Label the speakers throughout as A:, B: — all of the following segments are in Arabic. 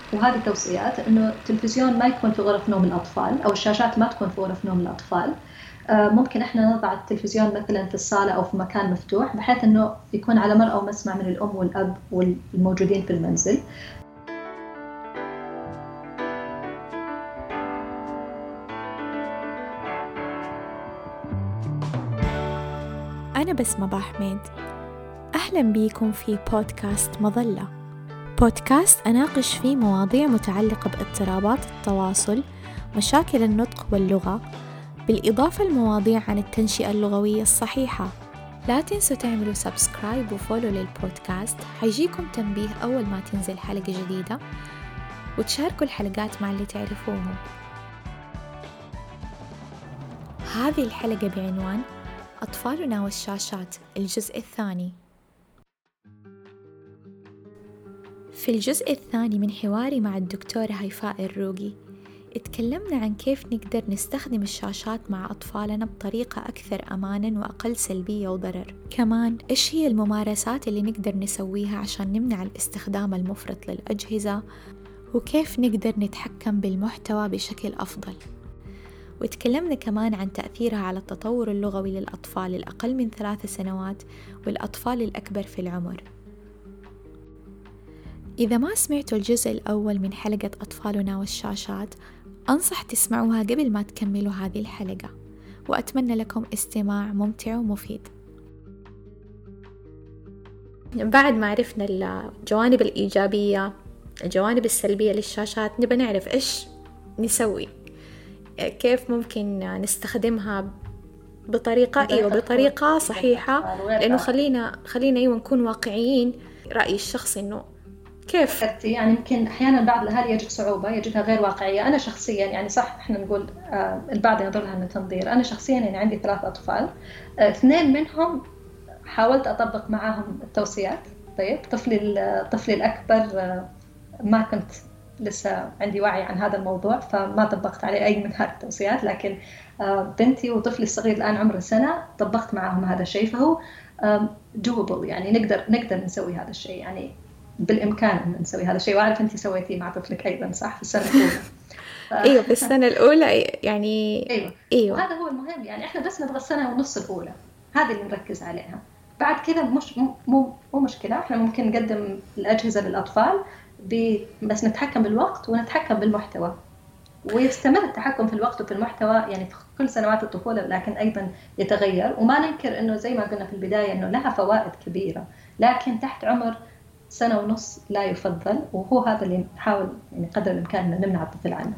A: وهذه التوصيات إنه التلفزيون ما يكون في غرف نوم الأطفال، أو الشاشات ما تكون في غرف نوم الأطفال. ممكن إحنا نضع التلفزيون مثلا في الصالة أو في مكان مفتوح، بحيث إنه يكون على مرأى ومسمع من الأم والأب والموجودين في المنزل.
B: أنا بسمة باحمد، أهلا بيكم في بودكاست مظلة، بودكاست أناقش فيه مواضيع متعلقة باضطرابات التواصل، مشاكل النطق واللغة، بالإضافة لمواضيع عن التنشئة اللغوية الصحيحة. لا تنسوا تعملوا سبسكرايب وفولو للبودكاست، حيجيكم تنبيه أول ما تنزل حلقة جديدة، وتشاركوا الحلقات مع اللي تعرفوهم. هذه الحلقة بعنوان أطفالنا والشاشات، الجزء الثاني. في الجزء الثاني من حواري مع الدكتورة هيفاء الروقي، اتكلمنا عن كيف نقدر نستخدم الشاشات مع أطفالنا بطريقة أكثر أماناً وأقل سلبية وضرر. كمان إيش هي الممارسات اللي نقدر نسويها عشان نمنع الاستخدام المفرط للأجهزة، وكيف نقدر نتحكم بالمحتوى بشكل أفضل. وتكلمنا كمان عن تأثيرها على التطور اللغوي للأطفال الأقل من 3 سنوات والأطفال الأكبر في العمر. إذا ما سمعتوا الجزء الأول من حلقة أطفالنا والشاشات، أنصح تسمعوها قبل ما تكملوا هذه الحلقة، وأتمنى لكم استماع ممتع ومفيد. بعد ما عرفنا الجوانب الإيجابية، الجوانب السلبية للشاشات، نبى نعرف إيش نسوي، كيف ممكن نستخدمها بطريقة صحيحة. لأنه خلينا نكون واقعيين. رأيي الشخصي إنه كيف
A: يعني يمكن أحيانا بعض الأهالي يجد صعوبة، يجدها غير واقعية. أنا شخصيا يعني صح إحنا نقول البعض ينظر لها إنه تنظير. أنا شخصيا يعني عندي 3 أطفال، 2 منهم حاولت أطبق معهم التوصيات. طيب طفلي الأكبر ما كنت لسه عندي وعي عن هذا الموضوع، فما طبقت عليه أي من هذه التوصيات. لكن بنتي وطفلي الصغير الآن عمره 1 سنة طبقت معهم هذا الشيء، فهو doable. يعني نقدر نسوي هذا الشيء، يعني بالإمكان أن نسوي هذا الشيء. وأعرف أنتي سويتيه مع طفلك أيضا صح في السنة الأولى.
B: أيوة في السنة الأولى يعني.
A: أيوة. وهذا هو المهم، يعني إحنا بس نبغى 1.5 سنة الأولى، هذه اللي نركز عليها. بعد كذا مو مشكلة، إحنا ممكن نقدم الأجهزة للأطفال بس نتحكم بالوقت ونتحكم بالمحتوى، ويستمر التحكم في الوقت وفي المحتوى يعني في كل سنوات الطفولة، لكن أيضا يتغير. وما ننكر أنه زي ما قلنا في البداية أنه لها فوائد كبيرة، لكن تحت عمر 1.5 سنة لا يفضل، وهو هذا اللي نحاول يعني قدر الإمكان أن نمنع الطفل عنه.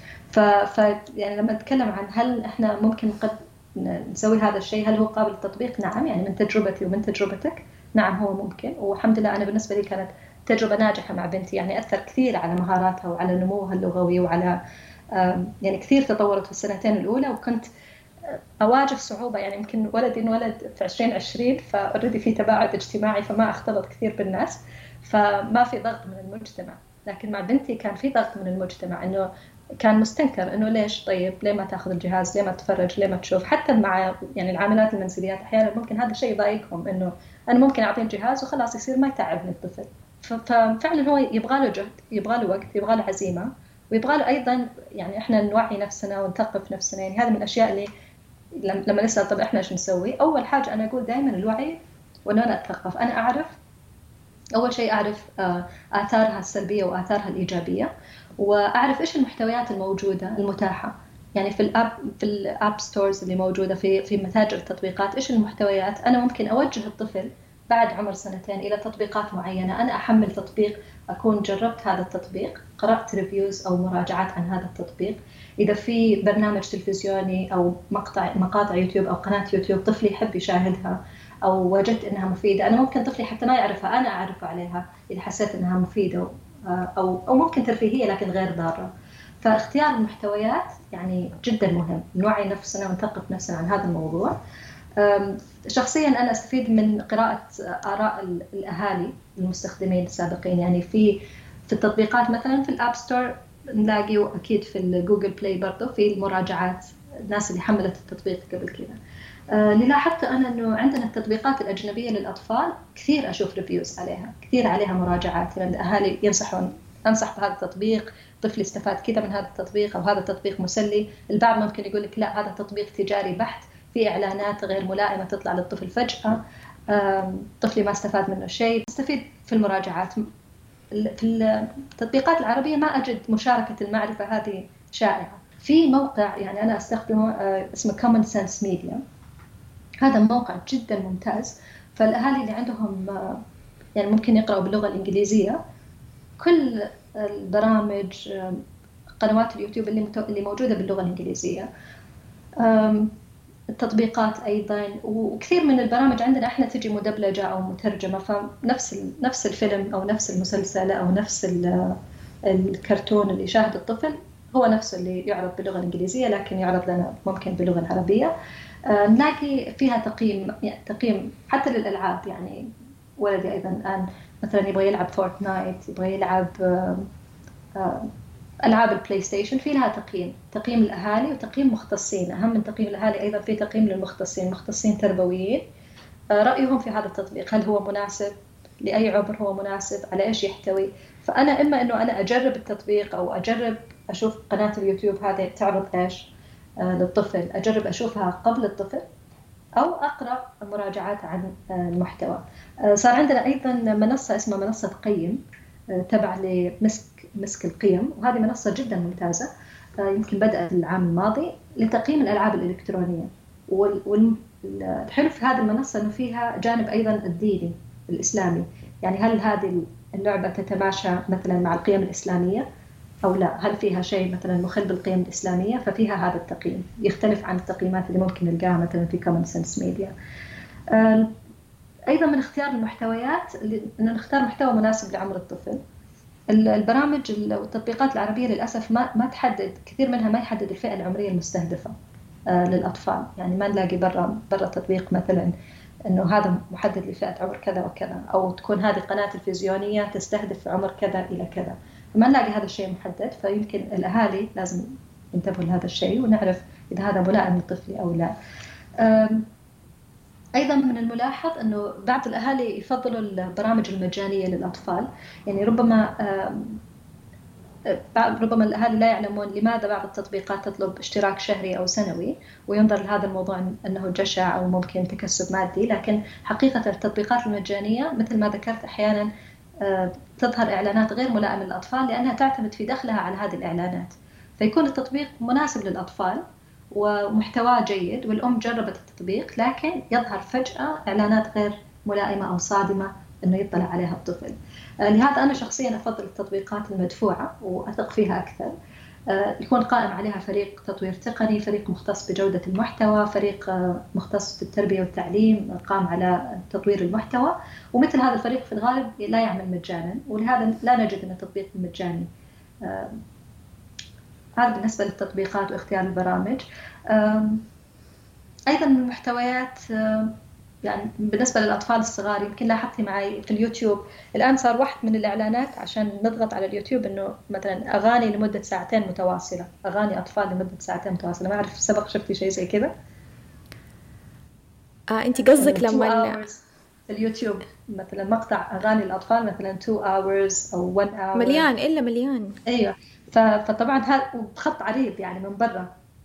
A: يعني لما نتكلم عن هل إحنا ممكن قد نسوي هذا الشيء، هل هو قابل للتطبيق؟ نعم، يعني من تجربتي ومن تجربتك نعم هو ممكن. والحمد لله أنا بالنسبة لي كانت تجربة ناجحة مع بنتي، يعني أثر كثير على مهاراتها وعلى نموها اللغوي وعلى يعني كثير تطورت في السنتين الأولى. وكنت أواجه صعوبة، يعني يمكن ولدي انولد في 2020، فأردي في تباعد اجتماعي، فما أختلط كثير بالناس، فما في ضغط من المجتمع. لكن مع بنتي كان في ضغط من المجتمع، إنه كان مستنكر إنه ليش طيب ليه ما تأخذ الجهاز، ليه ما تتفرج، ليه ما تشوف. حتى مع يعني العاملات المنزليات أحيانا ممكن هذا الشيء يضايقهم، إنه أنا ممكن أعطيه الجهاز وخلاص يصير ما يتعبني الطفل. ففعلا هو يبغى له جهد، يبغى له وقت، يبغى له عزيمة، ويبغى له أيضا يعني إحنا نوعي نفسنا ونثقف نفسنا. يعني هذا من الأشياء اللي لما نسأل طب إحنا إيش نسوي، أول حاجة أنا أقول دائما الوعي، وأنا أتثقف. أنا أعرف أول شيء أعرف آثارها السلبية وآثارها الإيجابية، وأعرف إيش المحتويات الموجودة المتاحة. يعني في الأب ستورز اللي موجودة في متاجر التطبيقات، إيش المحتويات. أنا ممكن أوجه الطفل بعد عمر 2 سنين إلى تطبيقات معينة. أنا أحمل تطبيق، أكون جربت هذا التطبيق، قرأت ريفيوز أو مراجعات عن هذا التطبيق. إذا في برنامج تلفزيوني أو مقاطع يوتيوب أو قناة يوتيوب طفلي يحب يشاهدها أو وجدت إنها مفيدة، أنا ممكن طفلي حتى ما يعرفها أنا أعرف عليها إذا حسيت إنها مفيدة أو ممكن ترفيهية لكن غير ضارة. فاختيار المحتويات يعني جدا مهم، نوعي نفسنا ونثقف نفسنا عن هذا الموضوع. شخصيا أنا أستفيد من قراءة آراء الأهالي المستخدمين السابقين. يعني في التطبيقات مثلا في الأب ستور نلاقي، وأكيد في الجوجل بلاي برضو في المراجعات، الناس اللي حملت التطبيق قبل كذا. اللي لاحظت أنا أنه عندنا التطبيقات الأجنبية للأطفال كثير أشوف ريفيوز عليها، كثير عليها مراجعات، يعني الأهالي ينصحون أنصح بهذا التطبيق، طفلي استفاد كذا من هذا التطبيق، أو هذا التطبيق مسلي. البعض ممكن يقول لك لا، هذا تطبيق تجاري بحت، في إعلانات غير ملائمة تطلع للطفل فجأة، طفلي ما استفاد منه شيء. استفيد في المراجعات. في التطبيقات العربية ما أجد مشاركة المعرفة هذه شائعة. في موقع يعني أنا أستخدمه اسمه Common Sense Media. هذا موقع جدا ممتاز، فالأهالي اللي عندهم يعني ممكن يقرأوا باللغة الإنجليزية كل البرامج، قنوات اليوتيوب اللي موجودة باللغة الإنجليزية، التطبيقات أيضا، وكثير من البرامج عندنا إحنا تجي مدبلجة أو مترجمة، فنفس الفيلم أو نفس المسلسل أو نفس الكرتون اللي يشاهد الطفل هو نفسه اللي يعرض باللغة الإنجليزية، لكن يعرض لنا ممكن باللغة العربية. نلاقي فيها تقييم حتى للألعاب. يعني ولدي أيضا الآن مثلا يبغى يلعب فورتنايت، يبغى يلعب ألعاب البلاي ستيشن، في لها تقييم الأهالي وتقييم مختصين. أهم من تقييم الأهالي أيضا في تقييم للمختصين، مختصين تربويين، رأيهم في هذا التطبيق، هل هو مناسب لأي عمر، هو مناسب على إيش يحتوي. فأنا إما إنه أنا أجرب التطبيق أو أجرب أشوف قناة اليوتيوب هذه تعرض إيش للطفل، أجرب أشوفها قبل الطفل، أو أقرأ مراجعات عن المحتوى. صار عندنا أيضا منصة اسمها منصة قيم، تبع لمسك القيم، وهذه منصة جدا ممتازة، يمكن بدأت العام الماضي لتقييم الألعاب الإلكترونية. والحلو في هذه المنصة أنه فيها جانب أيضا الديني الإسلامي، يعني هل هذه اللعبة تتماشى مثلا مع القيم الإسلامية أو لا، هل فيها شيء مثلا مخل بالقيم الإسلامية، ففيها هذا التقييم يختلف عن التقييمات اللي ممكن نلقاها مثلا في Common Sense Media. أيضا من اختيار المحتويات أن نختار محتوى مناسب لعمر الطفل. البرامج والتطبيقات العربية للأسف ما تحدد، كثير منها ما يحدد الفئة العمرية المستهدفة للأطفال. يعني ما نلاقي برا التطبيق مثلا أنه هذا محدد لفئة عمر كذا وكذا، أو تكون هذه قناة تلفزيونية تستهدف عمر كذا إلى كذا، ما نلاقي هذا الشيء محدد. فيمكن الأهالي لازم ينتبهوا لهذا الشيء ونعرف إذا هذا ملائم لطفلي أو لا. أيضا من الملاحظ أنه بعض الأهالي يفضلوا البرامج المجانية للأطفال. يعني ربما الأهالي لا يعلمون لماذا بعض التطبيقات تطلب اشتراك شهري أو سنوي، وينظر لهذا الموضوع أنه جشع أو ممكن تكسب مادي. لكن حقيقة التطبيقات المجانية مثل ما ذكرت أحيانا تظهر إعلانات غير ملائمة للأطفال، لأنها تعتمد في دخلها على هذه الإعلانات، فيكون التطبيق مناسب للأطفال ومحتواه جيد، والأم جربت التطبيق لكن يظهر فجأة إعلانات غير ملائمة أو صادمة أنه يطلع عليها الطفل. لهذا أنا شخصياً أفضل التطبيقات المدفوعة وأثق فيها أكثر، يكون قائم عليها فريق تطوير تقني، فريق مختص بجودة المحتوى، فريق مختص بالتربية والتعليم قام على تطوير المحتوى. ومثل هذا الفريق في الغالب لا يعمل مجاناً، ولهذا لا نجد أن التطبيق مجاني. هذا بالنسبة للتطبيقات واختيار البرامج. أيضاً من المحتويات، يعني بالنسبة للأطفال الصغار، يمكن لاحظتي معي في اليوتيوب الآن صار واحد من الإعلانات عشان نضغط على اليوتيوب إنه مثلاً أغاني لمدة 2 ساعة متواصلة، أغاني أطفال لمدة 2 ساعة متواصلة. ما أعرف سبق شفتي شيء زي كذا؟
B: أنت قصدك لما
A: في اليوتيوب مثلاً مقطع أغاني الأطفال مثلاً 2 hours أو 1 hour
B: مليان إلا مليان.
A: أيوة، فطبعاً هذا بخط عريض يعني من برا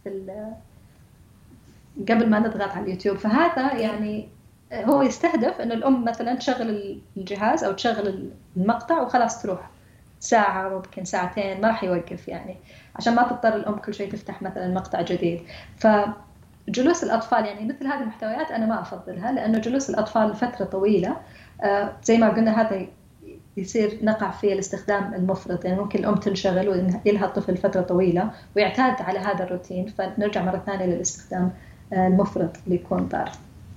A: قبل ما نضغط على اليوتيوب. فهذا يعني هو يستهدف أن الأم مثلا تشغل الجهاز أو تشغل المقطع وخلاص تروح ساعة ممكن 2 ساعة ما راح يوقف، يعني عشان ما تضطر الأم كل شيء تفتح مثلا مقطع جديد. فجلوس الأطفال يعني مثل هذه المحتويات أنا ما أفضلها، لأنه جلوس الأطفال فترة طويلة زي ما قلنا هذا يصير نقع في الاستخدام المفرط. يعني ممكن الأم تنشغل ويلهى الطفل فترة طويلة ويعتاد على هذا الروتين، فنرجع مرة ثانية للاستخدام المفرط اللي يكون ضار.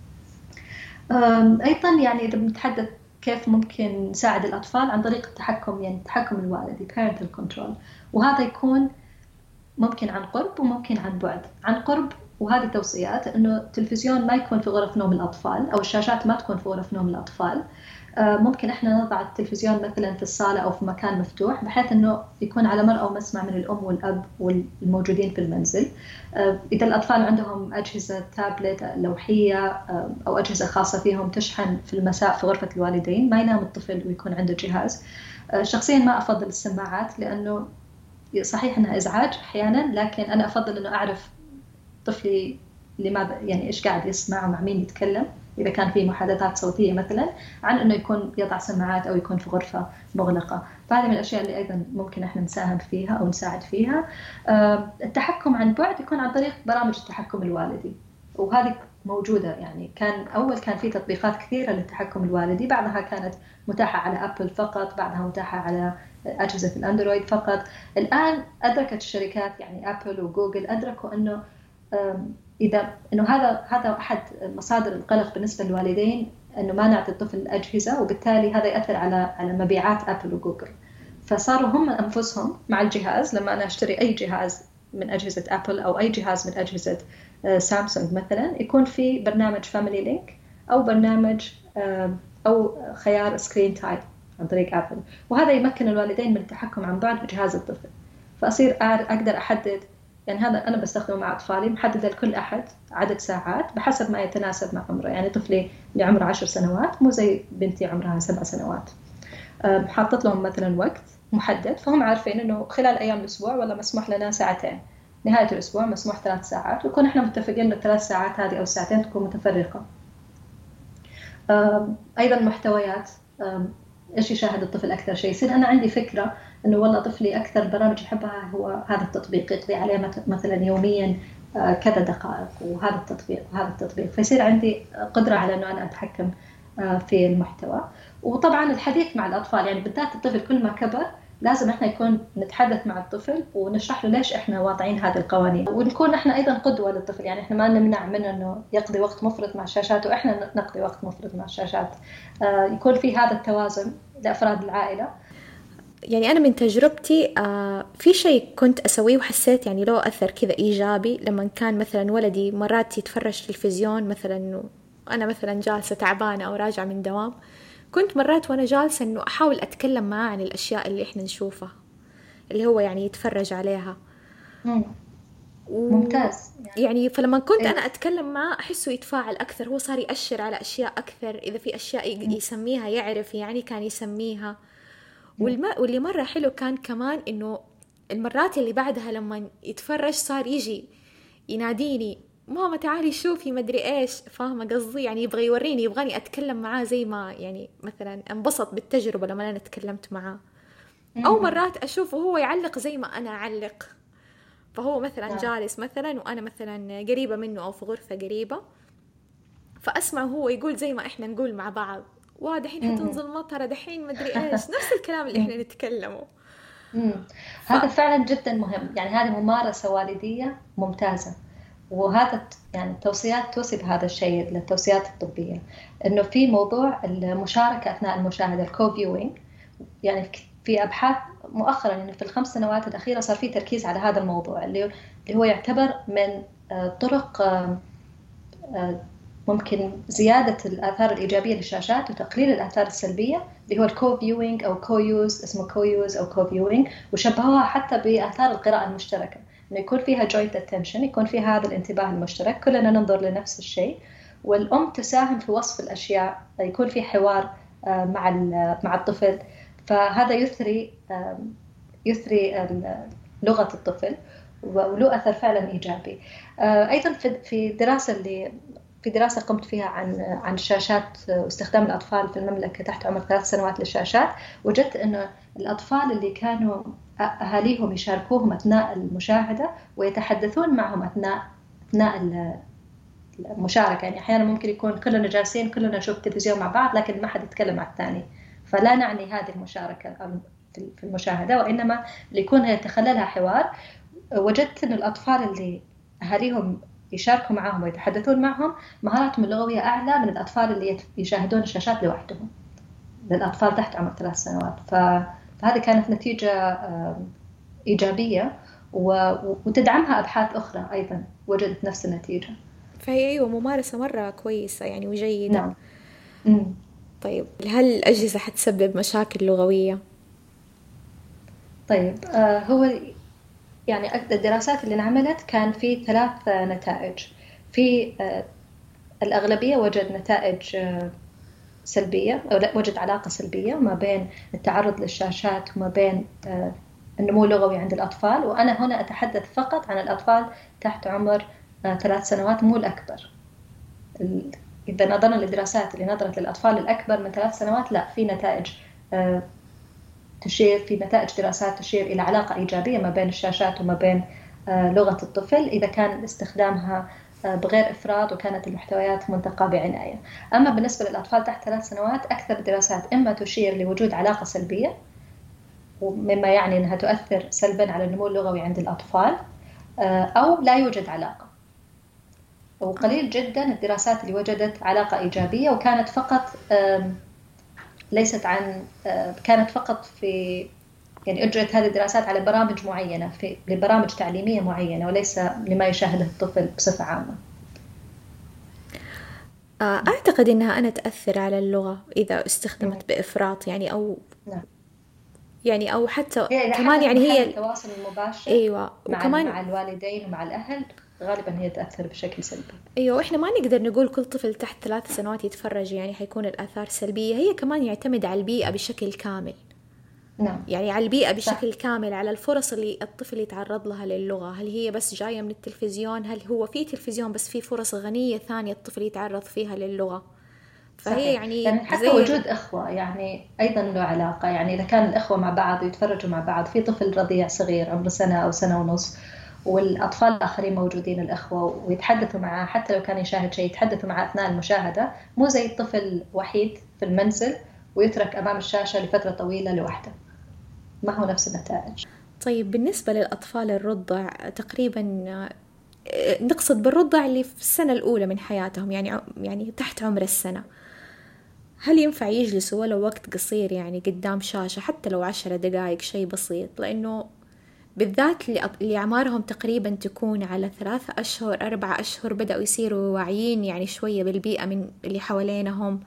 A: أيضاً يعني إذا بنتحدث كيف ممكن نساعد الأطفال عن طريق التحكم، يعني التحكم الوالدي parental control، وهذا يكون ممكن عن قرب وممكن عن بعد. عن قرب وهذه توصيات إنه التلفزيون ما يكون في غرف نوم الأطفال، أو الشاشات ما تكون في غرف نوم الأطفال. ممكن إحنا نضع التلفزيون مثلا في الصالة أو في مكان مفتوح بحيث أنه يكون على مرأى ومسمع من الأم والأب والموجودين في المنزل. إذا الأطفال عندهم أجهزة تابلت لوحية أو أجهزة خاصة فيهم تشحن في المساء في غرفة الوالدين، ما ينام الطفل ويكون عنده جهاز. شخصيا ما أفضل السماعات لأنه صحيح أنها إزعاج أحيانا، لكن أنا أفضل أنه أعرف طفلي لماذا، يعني إيش قاعد يسمع ومع مين يتكلم إذا كان في محادثات صوتية مثلا، عن أنه يكون يضع سماعات أو يكون في غرفة مغلقة. فهذه من الأشياء اللي أيضا ممكن إحنا نساهم فيها أو نساعد فيها. التحكم عن بعد يكون عن طريق برامج التحكم الوالدي، وهذه موجودة. يعني كان في تطبيقات كثيرة للتحكم الوالدي، بعضها كانت متاحة على أبل فقط، بعضها متاحة على أجهزة الأندرويد فقط. الآن أدركت الشركات يعني أبل وجوجل أدركوا أنه إنه هذا أحد مصادر القلق بالنسبة للوالدين، إنه ما نعطي الطفل الأجهزة، وبالتالي هذا يأثر على مبيعات أبل وجوجل. فصاروا هم أنفسهم مع الجهاز، لما أنا أشتري أي جهاز من أجهزة أبل أو أي جهاز من أجهزة سامسونج مثلا، يكون في برنامج فاميلي لينك أو برنامج أو خيار سكرين تايم عن طريق أبل، وهذا يمكن الوالدين من التحكم عن بعد بجهاز الطفل. فأصير أقدر أحدد، يعني هذا أنا بستخدمه مع أطفالي، محددة لكل أحد عدد ساعات بحسب ما يتناسب مع عمره. يعني طفلي اللي عمره 10 سنوات مو زي بنتي عمرها 7 سنوات. حاطت لهم مثلا وقت محدد، فهم عارفين إنه خلال أيام الأسبوع والله مسموح لنا ساعتين، نهاية الأسبوع مسموح 3 ساعات، ويكون إحنا متفقين إنه 3 ساعات هذه أو الساعتين تكون متفرقة. أيضا محتويات، إيش يشاهد الطفل أكثر شيء. يصير أنا عندي فكرة إنه والله طفلي أكثر برامج يحبها هو هذا التطبيق، يقضي عليه مثلا يوميا كذا دقائق، وهذا التطبيق وهذا التطبيق، فيصير عندي قدرة على إنه أنا أتحكم في المحتوى. وطبعا الحديث مع الأطفال، يعني بالذات الطفل كل ما كبر لازم احنا يكون نتحدث مع الطفل ونشرح له ليش احنا واضعين هذه القوانين، ونكون احنا ايضا قدوة للطفل. يعني احنا ما نمنع منه انه يقضي وقت مفرط مع الشاشات واحنا نقضي وقت مفرط مع الشاشات. يكون في هذا التوازن لأفراد العائلة.
B: يعني أنا من تجربتي في شيء كنت أسويه وحسيت يعني له أثر كذا إيجابي، لما كان مثلا ولدي مرات يتفرج تلفزيون مثلا، أنا مثلا جالسة تعبانة أو راجعة من دوام، كنت مرات وأنا جالسة إنه أحاول أتكلم معاه عن الأشياء اللي إحنا نشوفها، اللي هو يعني يتفرج عليها.
A: ممتاز.
B: يعني فلما كنت أنا أتكلم معاه أحسه يتفاعل أكثر، هو صار يأشر على أشياء أكثر، إذا في أشياء يسميها يعرف، يعني كان يسميها. واللي مرة حلو كان كمان إنه المرات اللي بعدها لما يتفرج صار يجي يناديني ماما تعالي شوفي مدري إيش، فاهمة قصدي؟ يعني يبغى يوريني، يبغاني أتكلم معاه زي ما يعني مثلا انبسط بالتجربة لما أنا تكلمت معاه. أو مرات أشوفه هو يعلق زي ما أنا أعلق، فهو مثلا جالس مثلا وأنا مثلا قريبة منه أو في غرفة قريبة، فأسمع هو يقول زي ما إحنا نقول مع بعض، دحين حتنزل مطرة، دحين مدري إيش، نفس الكلام اللي إحنا نتكلمه.
A: هذا فعلا جدا مهم. يعني هذه ممارسة والدية ممتازة، وهذا يعني التوصيات توصي بهذا الشيء للتوصيات الطبية، إنه في موضوع المشاركة أثناء المشاهدة، الكو-فيوينج. يعني في أبحاث مؤخرا إنه في ال5 سنوات الأخيرة صار في تركيز على هذا الموضوع، اللي هو يعتبر من طرق ممكن زيادة الآثار الإيجابية للشاشات وتقليل الآثار السلبية، اللي هو الكو-فيوينج أو كو-يوز، اسمه كو-يوز أو كو-فيوينج. وشبهوها حتى بآثار القراءة المشتركة، إنه يكون فيها joint attention، يكون فيها هذا الانتباه المشترك، كلنا ننظر لنفس الشيء، والأم تساهم في وصف الأشياء، يكون في حوار مع الطفل. فهذا يثري لغة الطفل وله أثر فعلا إيجابي. أيضا في دراسة قمت فيها عن الشاشات واستخدام الأطفال في المملكة تحت عمر 3 سنوات للشاشات، وجدت أنه الأطفال اللي كانوا أهاليهم يشاركوهم أثناء المشاهدة ويتحدثون معهم أثناء المشاركة، يعني أحيانا ممكن يكون كلنا جالسين كلنا نشوف التلفزيون مع بعض لكن ما حد يتكلم مع الثاني، فلا نعني هذه المشاركة في المشاهدة، وإنما اللي يكون يتخللها حوار. وجدت أن الأطفال اللي أهاليهم يشاركوا معهم ويتحدثون معهم مهاراتهم اللغوية أعلى من الأطفال اللي يشاهدون الشاشات لوحدهم، للأطفال تحت عمر 3 سنوات. فهذه كانت نتيجة إيجابية، وتدعمها أبحاث أخرى أيضا وجدت نفس النتيجة.
B: فهي أيوة ممارسة مرة كويسة يعني وجيدة.
A: نعم.
B: طيب هل الأجهزة حتسبب مشاكل لغوية؟
A: طيب هو يعني الدراسات اللي انعملت كان في 3 نتائج. في الأغلبية وجد نتائج سلبية، أو لا، وجد علاقة سلبية ما بين التعرض للشاشات وما بين النمو اللغوي عند الأطفال. وأنا هنا أتحدث فقط عن الأطفال تحت عمر 3 سنوات، مو الأكبر. إذا نظرنا للدراسات اللي نظرت للأطفال الأكبر من 3 سنوات، لا، في نتائج في نتائج دراسات تشير إلى علاقة إيجابية ما بين الشاشات وما بين لغة الطفل، إذا كان استخدامها بغير إفراط وكانت المحتويات منتقاة بعناية. أما بالنسبة للأطفال تحت 3 سنوات، أكثر الدراسات إما تشير لوجود علاقة سلبية، ومما يعني أنها تؤثر سلبا على النمو اللغوي عند الأطفال، أو لا يوجد علاقة. وقليل جدا الدراسات اللي وجدت علاقة إيجابية، وكانت فقط ليست عن كانت فقط في يعني أجرت هذه الدراسات على برامج معينة، لبرامج تعليمية معينة، وليس لما يشاهده الطفل بصفة عامة.
B: أعتقد أنها أنا تأثر على اللغة إذا استخدمت بإفراط، يعني أو
A: نعم.
B: يعني أو حتى
A: هي
B: كمان يعني هي
A: التواصل المباشر
B: أيوة، وكمان
A: مع الوالدين ومع الأهل غالبا هي تأثر بشكل سلبي.
B: أيوة، وإحنا ما نقدر نقول كل طفل تحت 3 سنوات يتفرج يعني حيكون الآثار سلبية. هي كمان يعتمد على البيئة بشكل كامل.
A: نعم.
B: يعني على البيئة بشكل
A: صح.
B: كامل، على الفرص اللي الطفل يتعرض لها للغة. هل هي بس جاية من التلفزيون؟ هل هو في تلفزيون بس في فرص غنية ثانية الطفل يتعرض فيها للغة؟ فهي
A: صحيح،
B: يعني
A: يعني حتى
B: زي
A: وجود إخوة يعني أيضا له علاقة. يعني إذا كان الإخوة مع بعض ويتفرجوا مع بعض، في طفل رضيع صغير عمره 1 أو 1.5 سنة، والأطفال الآخرين موجودين الإخوة ويتحدثوا معه، حتى لو كان يشاهد شيء يتحدثوا معه أثناء المشاهدة، مو زي الطفل وحيد في المنزل ويترك أمام الشاشة لفترة طويلة لوحده، ما هو نفس النتائج.
B: طيب بالنسبة للأطفال الرضع تقريبا، نقصد بالرضع اللي في السنة الأولى من حياتهم، يعني تحت عمر السنة، هل ينفع يجلسوا ولو وقت قصير يعني قدام شاشة حتى لو 10 دقائق، شيء بسيط؟ لأنه بالذات اللي أعمارهم تقريبا تكون على 3 أشهر 4 أشهر بدأوا يصيروا واعيين يعني شوية بالبيئة من اللي حوالينهم،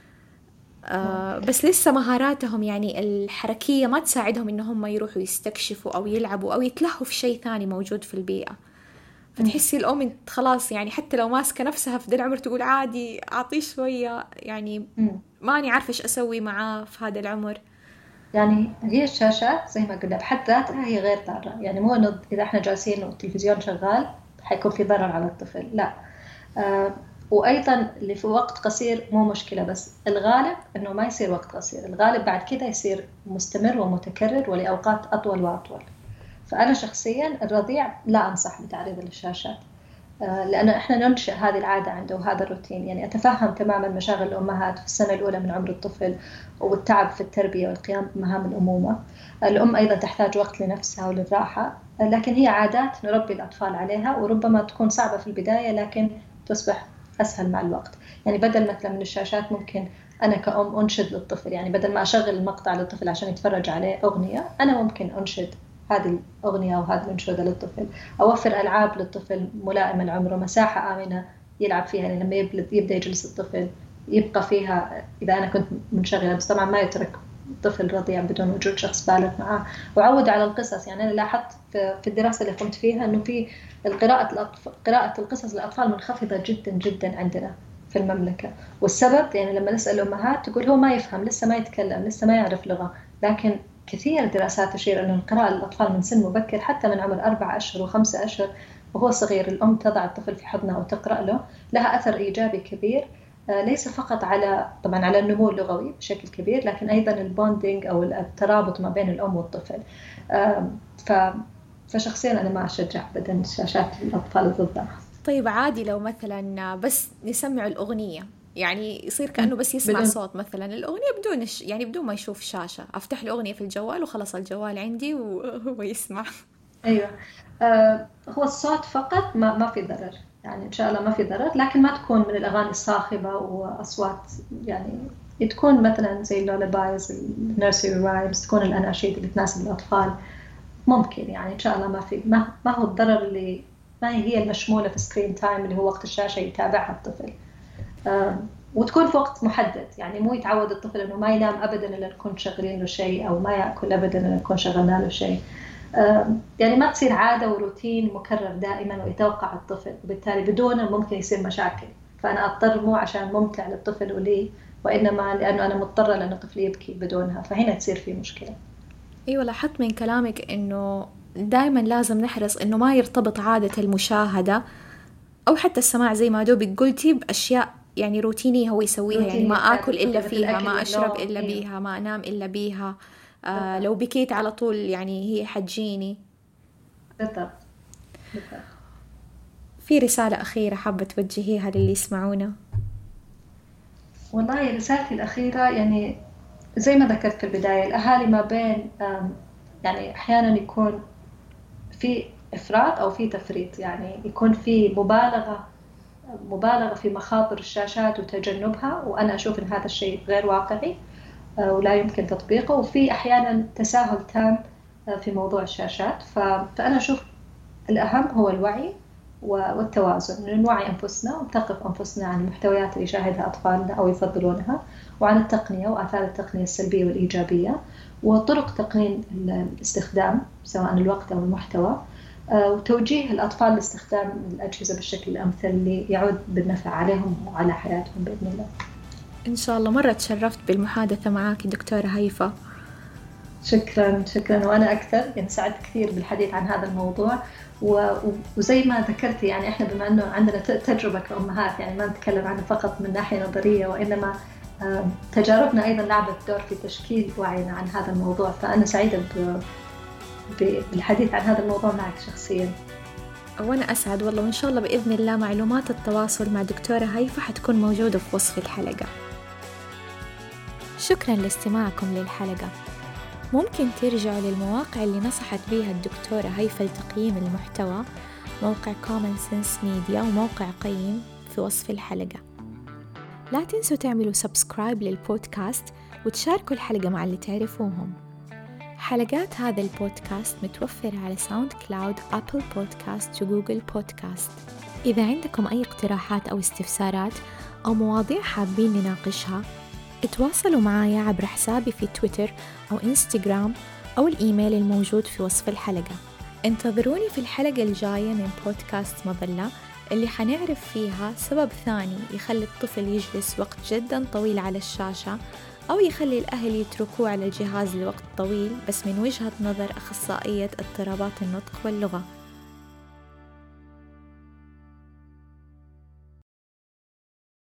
B: بس لسه مهاراتهم يعني الحركية ما تساعدهم إنهم يروحوا يستكشفوا أو يلعبوا أو يتلهوا في شيء ثاني موجود في البيئة. فتحسي الأم خلاص يعني حتى لو ماسكة نفسها في ذا العمر تقول عادي أعطيه شوية، يعني ماني عارفة إيش أسوي معاه في هذا العمر.
A: يعني هي الشاشات زي ما قلنا بحد ذاتها هي غير ضارة، يعني مو إنه إذا إحنا جالسين والتلفزيون شغال حيكون في ضرر على الطفل، لا. وأيضا اللي في وقت قصير مو مشكلة، بس الغالب إنه ما يصير وقت قصير، الغالب بعد كده يصير مستمر ومتكرر ولأوقات أطول وأطول. فأنا شخصيا الرضيع لا أنصح بتعريض للشاشات، لأن إحنا ننشئ هذه العادة عنده وهذا الروتين. يعني أتفهم تماما مشاغل الأمهات في السنة الأولى من عمر الطفل والتعب في التربية والقيام بمهام الأمومة. الأم أيضا تحتاج وقت لنفسها وللراحة، لكن هي عادات نربي الأطفال عليها، وربما تكون صعبة في البداية لكن تصبح أسهل مع الوقت. يعني بدل مثلا من الشاشات ممكن أنا كأم أنشد للطفل، يعني بدل ما أشغل المقطع للطفل عشان يتفرج عليه أغنية، أنا ممكن أنشد هذه الأغنية أو هذه الأنشودة للطفل، أوفر ألعاب للطفل ملائمة لعمره، مساحة آمنة يلعب فيها. يعني لما يبدأ يجلس الطفل يبقى فيها، إذا أنا كنت منشغلة، بس طبعا ما يترك طفل رضيع بدون وجود شخص بالغ معه، وعود على القصص. يعني أنا لاحظت في الدراسة اللي قمت فيها أنه في قراءة القصص للأطفال منخفضة جدا جدا عندنا في المملكة. والسبب يعني لما نسأل الأمهات تقول هو ما يفهم، لسه ما يتكلم، لسه ما يعرف لغة. لكن كثير دراسات تشير أن القراءة للأطفال من سن مبكر، حتى من عمر 4 أشهر و5 أشهر وهو صغير، الأم تضع الطفل في حضنها وتقرأ له، لها أثر إيجابي كبير، ليس فقط طبعا على النمو اللغوي بشكل كبير، لكن أيضا البوندينج أو الترابط ما بين الأم والطفل. فشخصيا أنا ما أشجع أبدا شاشات الأطفال الرضع.
B: طيب عادي لو مثلا بس نسمع الأغنية، يعني يصير كأنه بس يسمع صوت مثلا الأغنية بدون يعني بدون ما يشوف شاشة، أفتح الأغنية في الجوال وخلص الجوال عندي وهو يسمع.
A: أيوة. هو الصوت فقط ما في ضرر، يعني إن شاء الله ما في ضرر، لكن ما تكون من الأغاني الصاخبة وأصوات، يعني تكون مثلا زي اللولابايز، النيرسري رايمز، تكون الأناشيد اللي تناسب الأطفال ممكن. يعني إن شاء الله ما هو الضرر اللي ما هي المشمولة في سكرين تايم اللي هو وقت الشاشة يتابعها الطفل. وتكون في وقت محدد، يعني مو يتعود الطفل إنه ما ينام أبدا إلا نكون شغالين له شيء، أو ما يأكل أبدا إلا نكون شغلنا له شيء. يعني ما تصير عادة وروتين مكرر دائما ويتوقع الطفل، وبالتالي بدونه ممكن يصير مشاكل. فأنا أضطر مو عشان ممتع للطفل ولي، وإنما لأنه أنا مضطرة لأن طفلي يبكي بدونها، فهنا تصير في مشكلة.
B: أيوة، لاحظت من كلامك إنه دائما لازم نحرص إنه ما يرتبط عادة المشاهدة أو حتى السماع زي ما دوبك قلتي بأشياء يعني روتينية هو يسويها، يعني ما آكل إلا فيها، ما أشرب إلا بيها، ما أنام إلا بيها. لو بكيت على طول يعني هي حتجيني.
A: بالضبط.
B: في رسالة أخيرة حابة توجهيها للي يسمعونا؟
A: والله رسالتي الأخيرة يعني زي ما ذكرت في البداية، الأهالي ما بين يعني أحيانا يكون في إفراط أو في تفريط، يعني يكون في مبالغة في مخاطر الشاشات وتجنبها، وأنا أشوف أن هذا الشيء غير واقعي ولا يمكن تطبيقه. وفي أحيانا تساهل تام في موضوع الشاشات. فأنا أشوف الأهم هو الوعي والتوازن، نوعي أنفسنا ونثقف أنفسنا عن المحتويات اللي يشاهدها أطفالنا أو يفضلونها، وعن التقنية وآثار التقنية السلبية والإيجابية، وطرق تقنين الاستخدام سواء الوقت أو المحتوى، وتوجيه الأطفال لاستخدام الأجهزة بالشكل الأمثل اللي يعود بالنفع عليهم وعلى حياتهم بإذن الله.
B: إن شاء الله. مرة تشرفت بالمحادثة معاك دكتورة هيفا.
A: شكرا وأنا أكثر، يعني سعدت كثير بالحديث عن هذا الموضوع. وزي ما ذكرتي يعني إحنا بما أنه عندنا تجربة كأمهات، يعني ما نتكلم عنها فقط من ناحية نظرية، وإنما تجاربنا أيضا لعبت دور في تشكيل وعينا عن هذا الموضوع. فأنا سعيدة بالحديث عن هذا الموضوع معك شخصيا.
B: وأنا أسعد والله، وإن شاء الله بإذن الله معلومات التواصل مع دكتورة هيفا حتكون موجودة في وصف الحلقة. شكرا لاستماعكم للحلقة. ممكن ترجعوا للمواقع اللي نصحت بيها الدكتورة هيفا لتقييم المحتوى، موقع Common Sense Media وموقع قيم في وصف الحلقة. لا تنسوا تعملوا سبسكرايب للبودكاست وتشاركوا الحلقة مع اللي تعرفوهم. حلقات هذا البودكاست متوفرة على ساوند كلاود، أبل بودكاست وجوجل بودكاست. إذا عندكم أي اقتراحات أو استفسارات أو مواضيع حابين نناقشها، اتواصلوا معايا عبر حسابي في تويتر أو إنستغرام أو الإيميل الموجود في وصف الحلقة. انتظروني في الحلقة الجاية من بودكاست مظلة، اللي حنعرف فيها سبب ثاني يخلي الطفل يجلس وقت جدا طويل على الشاشة، أو يخلي الأهل يتركوه على الجهاز لوقت طويل، بس من وجهة نظر أخصائية اضطرابات النطق واللغة.